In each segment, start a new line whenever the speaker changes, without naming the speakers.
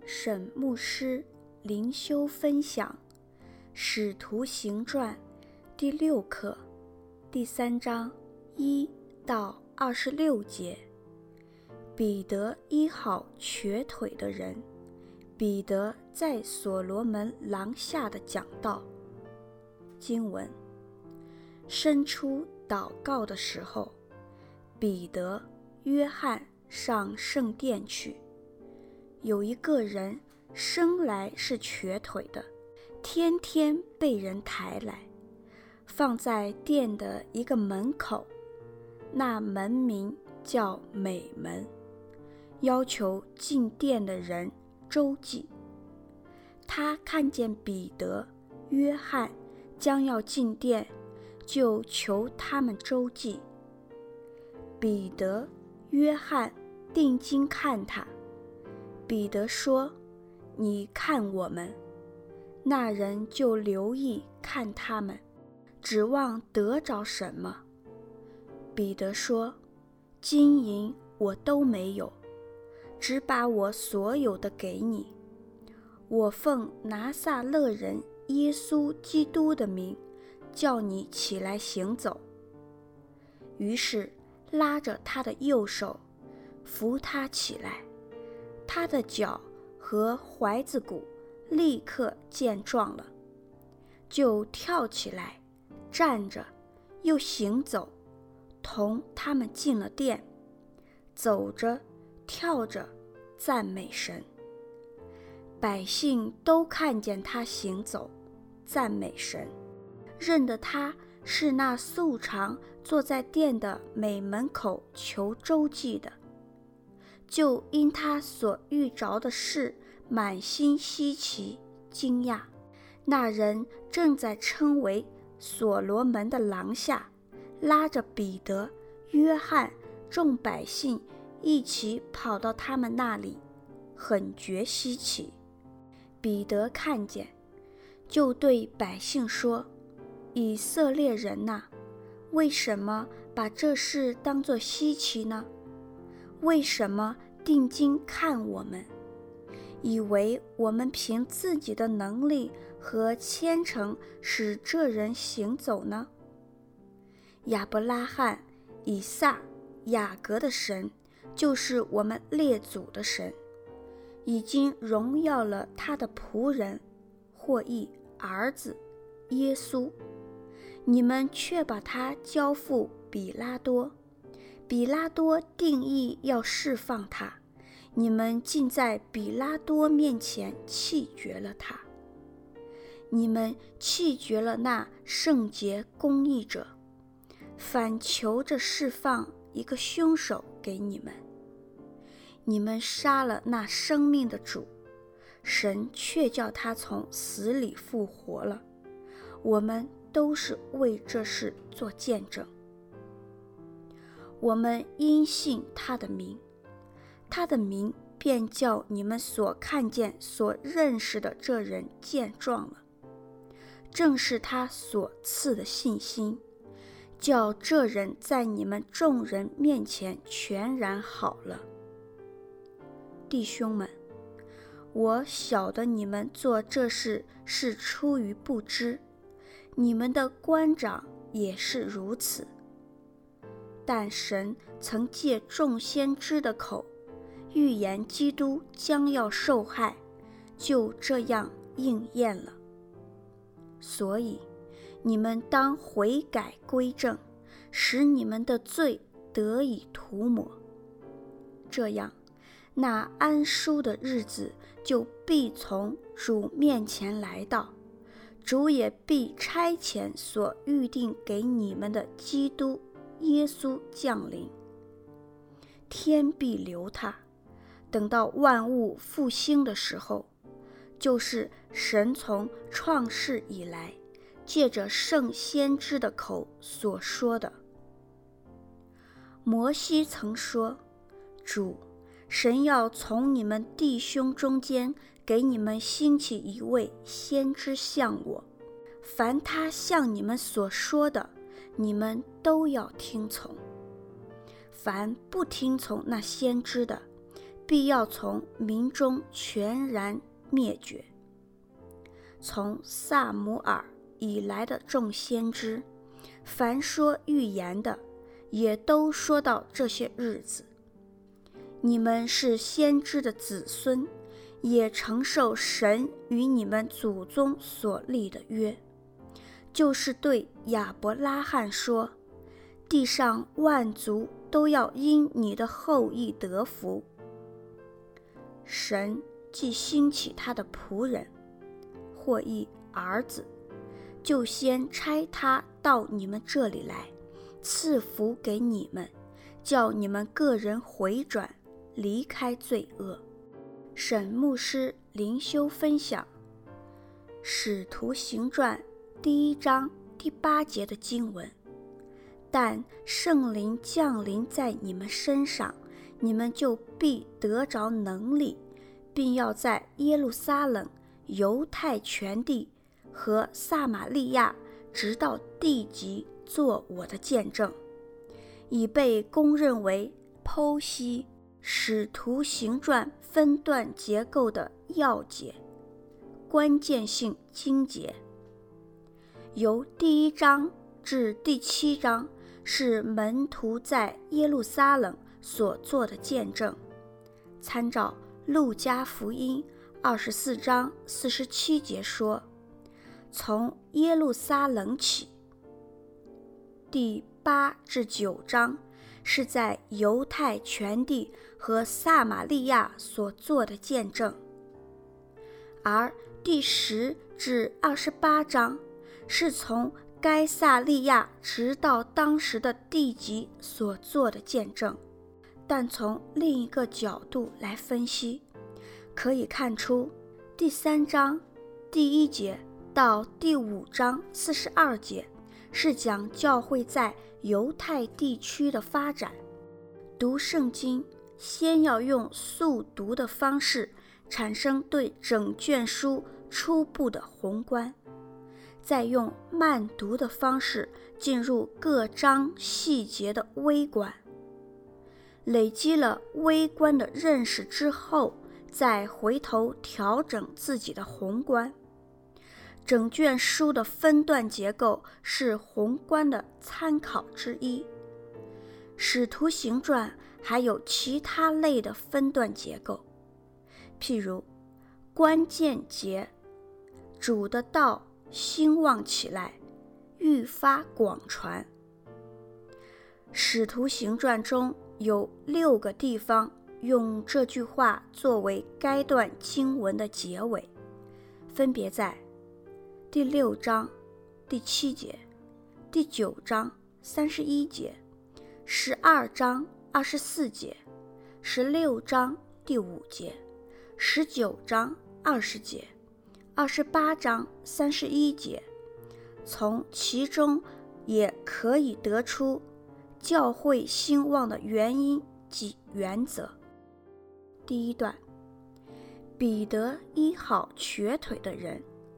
沈牧师灵修分享《使徒行传》第6课第3章1到26节。彼得医好瘸腿的人。彼得在所罗门廊下的讲道。经文：申出祷告的时候，彼得、约翰上圣殿去。有一个人生来是瘸腿的，天天被人抬来，放在殿的一个门口，那门名叫美门，要求进殿的人周济。他看见彼得、约翰将要进殿，就求他们周济。彼得、约翰定睛看他。彼得说：你看我们。那人就留意看他们，指望得着什么。彼得说：金银我都没有，只把我所有的给你。我奉拿撒勒人耶稣基督的名，叫你起来行走。于是拉着他的右手，扶他起来。他的脚和踝子骨立刻健壮了，就跳起来，站着，又行走，同他们进了殿，走着，跳着，赞美神。百姓都看见他行走，赞美神，认得他是那素常坐在殿的美门口求周济的，就因他所遇着的事满心稀奇惊讶。那人正在称为所罗门的廊下，拉着彼得、约翰众百姓一起跑到他们那里，很觉稀奇。彼得看见，就对百姓说：以色列人哪，为什么把这事当作稀奇呢？为什么定睛看我们，以为我们凭自己的能力和虔诚使这人行走呢？亚伯拉罕、以撒、雅各的神，就是我们列祖的神，已经荣耀了他的仆人，或译儿子耶稣。你们却把他交付比拉多，比拉多定义要释放他，你们竟在比拉多面前弃绝了他。你们弃绝了那圣洁公义者，反求着释放一个凶手给你们。你们杀了那生命的主，神却叫他从死里复活了。我们都是为这事做见证。我们因信他的名，他的名便叫你们所看见所认识的这人健壮了，正是他所赐的信心，叫这人在你们众人面前全然好了。弟兄们，我晓得你们做这事是出于不知，你们的官长也是如此。但神曾借众先知的口预言基督将要受害，就这样应验了。所以你们当悔改归正，使你们的罪得以涂抹。这样，那安舒的日子就必从主面前来到，主也必差遣所预定给你们的基督耶稣降临。天必留他，等到万物复兴的时候，就是神从创世以来借着圣先知的口所说的。摩西曾说：主，神要从你们弟兄中间给你们兴起一位先知像我，凡他向你们所说的，你们都要听从。凡不听从那先知的， 必要从民中全然灭绝。从撒母耳以来的众先知，凡说预言的，也都说到这些日子。你们是先知的子孙，也承受神与你们祖宗所立的约，就是对亚伯拉罕说，地上万族都要因你的后裔得福。神既兴起他的仆人，或译儿子，就先差他到你们这里来，赐福给你们，叫你们个人回转，离开罪恶。沈牧师灵修分享使徒行传1章第8节的经文，但圣灵降临在你们身上，你们就必得着能力，并要在耶路撒冷、犹太全地和撒玛利亚直到地极做我的见证，已被公认为剖析使徒行传分段结构的要节、关键性经节。由第1章至第7章是门徒在耶路撒冷所做的见证，参照路加福音24章47节说，从耶路撒冷起。第8至9章是在犹太全地和撒玛利亚所做的见证，而第10至28章是从该撒利亚直到当时的地极所做的见证。但从另一个角度来分析，可以看出第3章第1节到第5章42节是讲教会在犹太地区的发展。读圣经先要用速读的方式产生对整卷书初步的宏观，再用慢读的方式进入各章细节的微观。累积了微观的认识之后，再回头调整自己的宏观。整卷书的分段结构是宏观的参考之一。使徒行传还有其他类的分段结构，譬如关键节，主的道兴旺起来，愈发广传。使徒行传中有6个地方用这句话作为该段经文的结尾，分别在第6章第7节、第9章31节、12章24节、16章第5节、19章20节、28章31节。从其中也可以得出教会兴旺的原因及原则。第1段，彼得医好瘸腿的人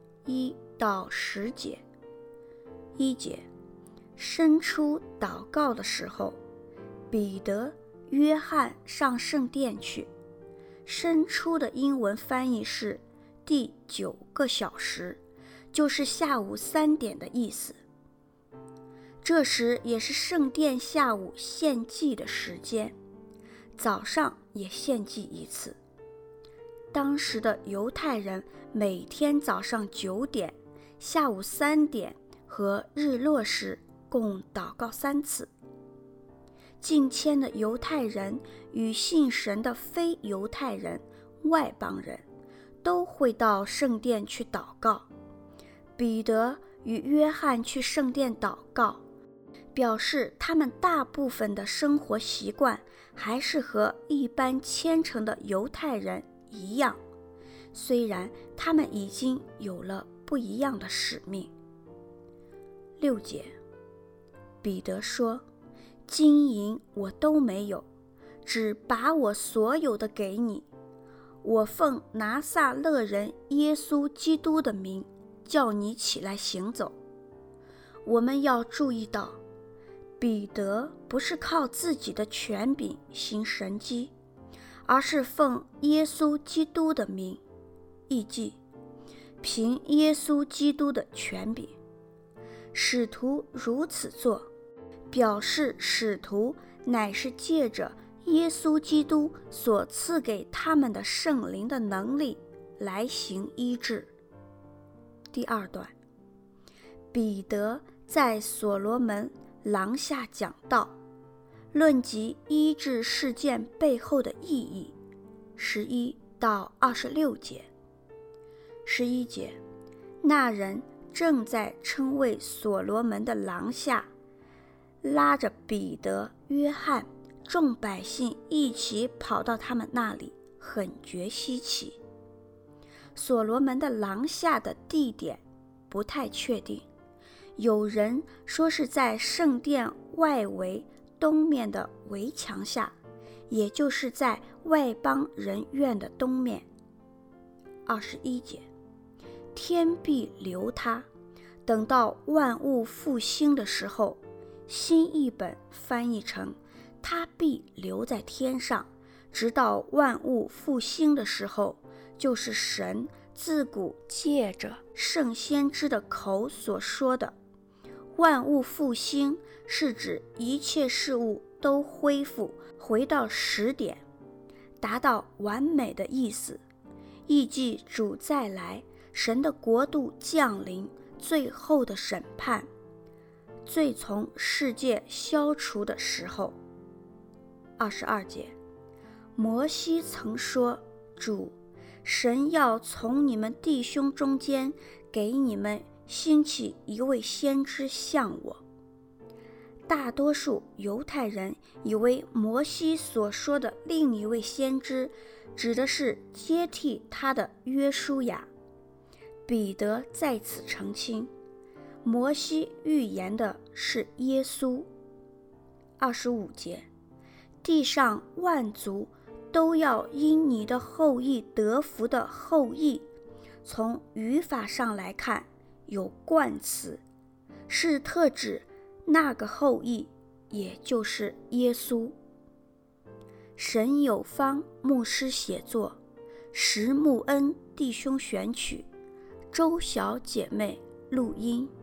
，1到10节。1节，申初祷告的时候，彼得、约翰上圣殿去。申初的英文翻译是第9个小时，就是下午3点的意思。这时也是圣殿下午献祭的时间，早上也献祭一次。当时的犹太人每天早上9点、下午3点和日落时共祷告3次。近千的犹太人与信神的非犹太人、外邦人都会到圣殿去祷告。彼得与约翰去圣殿祷告，表示他们大部分的生活习惯还是和一般虔诚的犹太人一样，虽然他们已经有了不一样的使命。6节，彼得说，金银我都没有，只把我所有的给你。我奉拿撒勒人耶稣基督的名，叫你起来行走。我们要注意到，彼得不是靠自己的权柄行神迹， 而是奉耶稣基督的名，意即凭耶稣基督的权柄。使徒如此做，表示使徒乃是借着耶稣基督所赐给他们的圣灵的能力来行医治。第二段，彼得在所罗门廊下讲道，论及医治事件背后的意义，11到26节。11节，那人正在称谓所罗门的廊下，拉着彼得、约翰，众百姓一起跑到他们那里，很觉稀奇。所罗门的廊下的地点不太确定，有人说是在圣殿外围东面的围墙下，也就是在外邦人院的东面。21节，天必留他，等到万物复兴的时候，新译本翻译成他必留在天上，直到万物复兴的时候，就是神自古借着圣先知的口所说的。万物复兴是指一切事物都恢复，回到始点，达到完美的意思，意即主再来，神的国度降临，最后的审判，罪从世界消除的时候。22节，摩西曾说，主神要从你们弟兄中间给你们兴起一位先知像我。大多数犹太人以为摩西所说的另一位先知指的是接替他的约书亚。彼得在此澄清，摩西预言的是耶稣。25节，地上万族都要因你的后裔得福的后裔，从语法上来看有冠词，是特指那个后裔，也就是耶稣。沈有方牧师写作，石木恩弟兄选曲，周小姐妹录音。